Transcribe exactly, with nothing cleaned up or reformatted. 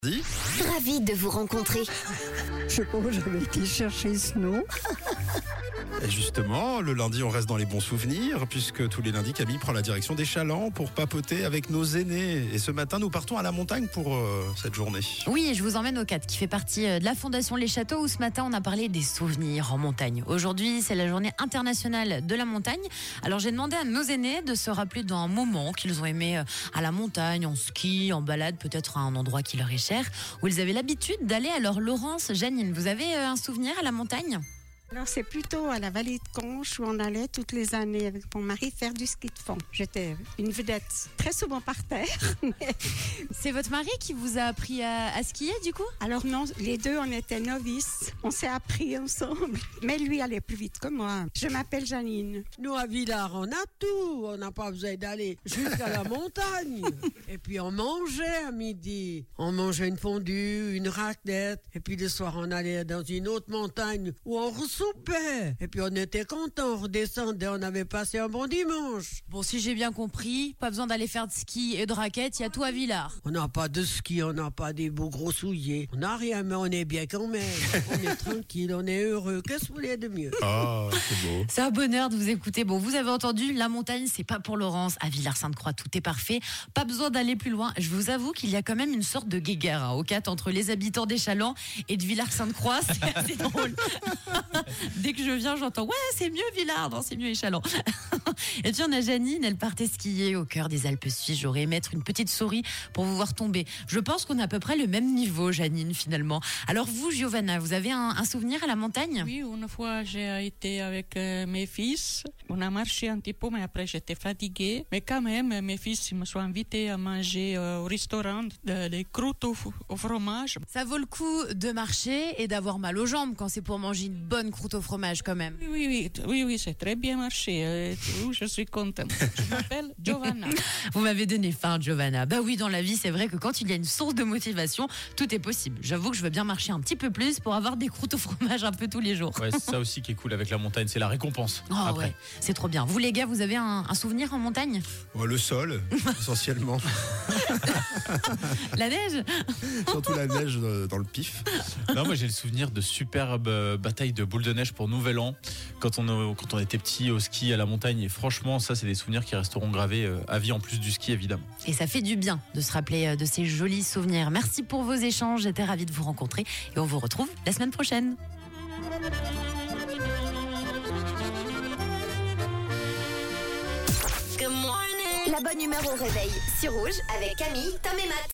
Dis. Ravie de vous rencontrer. Je sais pas où j'avais été chercher ce nom. Et justement, le lundi, on reste dans les bons souvenirs, puisque tous les lundis, Camille prend la direction des Chalands pour papoter avec nos aînés. Et ce matin, nous partons à la montagne pour euh, cette journée. Oui, et je vous emmène au quatre, qui fait partie de la Fondation Les Châteaux, où ce matin, on a parlé des souvenirs en montagne. Aujourd'hui, c'est la journée internationale de la montagne. Alors, j'ai demandé à nos aînés de se rappeler d'un moment qu'ils ont aimé à la montagne, en ski, en balade, peut-être à un endroit qui leur est cher, où ils avaient l'habitude d'aller. Alors, Laurence, Janine, vous avez un souvenir à la montagne ? Alors c'est plutôt à la vallée de Conches où on allait toutes les années avec mon mari faire du ski de fond. J'étais une vedette, très souvent par terre. C'est votre mari qui vous a appris à, à skier du coup ? Alors non, les deux on était novices, on s'est appris ensemble. Mais lui allait plus vite que moi. Je m'appelle Janine. Nous à Villars on a tout, on n'a pas besoin d'aller jusqu'à la montagne. Et puis on mangeait à midi, on mangeait une fondue, une raclette. Et puis le soir on allait dans une autre montagne où on soupait. Et puis on était contents, on redescendait, on avait passé un bon dimanche. Bon, si j'ai bien compris, pas besoin d'aller faire de ski et de raquettes, il y a tout à Villars. On n'a pas de ski, on n'a pas des beaux gros souliers. On n'a rien, mais on est bien quand même. On est tranquille, on est heureux. Qu'est-ce que vous voulez de mieux ? Ah, c'est beau. C'est un bonheur de vous écouter. Bon, vous avez entendu, la montagne, c'est pas pour Laurence. À Villars-Sainte-Croix, tout est parfait. Pas besoin d'aller plus loin. Je vous avoue qu'il y a quand même une sorte de guéguerre hein, au quatre entre les habitants des Chalands et de Villars-Sainte-Croix. C'est assez drôle. Dès que je viens, j'entends « Ouais, c'est mieux Villars, non, c'est mieux les Chalands. » Et puis on a Janine, elle partait skier au cœur des Alpes suisses. J'aurais aimé être une petite souris pour vous voir tomber. Je pense qu'on a à peu près le même niveau, Janine, finalement. Alors vous, Giovanna, vous avez un, un souvenir à la montagne ? Oui, une fois j'ai été avec euh, mes fils. On a marché un petit peu, mais après j'étais fatiguée. Mais quand même, mes fils ils me sont invités à manger euh, au restaurant de, des croûtes au, au fromage. Ça vaut le coup de marcher et d'avoir mal aux jambes quand c'est pour manger une bonne croûte au fromage quand même. Oui, oui, oui, oui, oui c'est très bien marché. Euh, je suis contente. Je m'appelle Giovanna. Vous m'avez donné faim, Giovanna. Bah oui, dans la vie, c'est vrai que quand il y a une source de motivation, tout est possible. J'avoue que je veux bien marcher un petit peu plus pour avoir des croûtes au fromage un peu tous les jours. Ouais, c'est ça aussi qui est cool avec la montagne, c'est la récompense. Oh après. Ouais, c'est trop bien. Vous les gars, vous avez un, un souvenir en montagne ? Ouais, le sol, essentiellement. La neige ? Surtout la neige euh, dans le pif. Non, moi j'ai le souvenir de superbes euh, batailles de boules de neige pour Nouvel An quand on, euh, quand on était petit au ski à la montagne. Et franchement, ça c'est des souvenirs qui resteront gravés euh, à vie en plus du ski évidemment. Et ça fait du bien de se rappeler euh, de ces jolis souvenirs. Merci pour vos échanges, j'étais ravie de vous rencontrer et on vous retrouve la semaine prochaine. La bonne humeur au réveil sur Rouge avec Camille, Tom et Matt.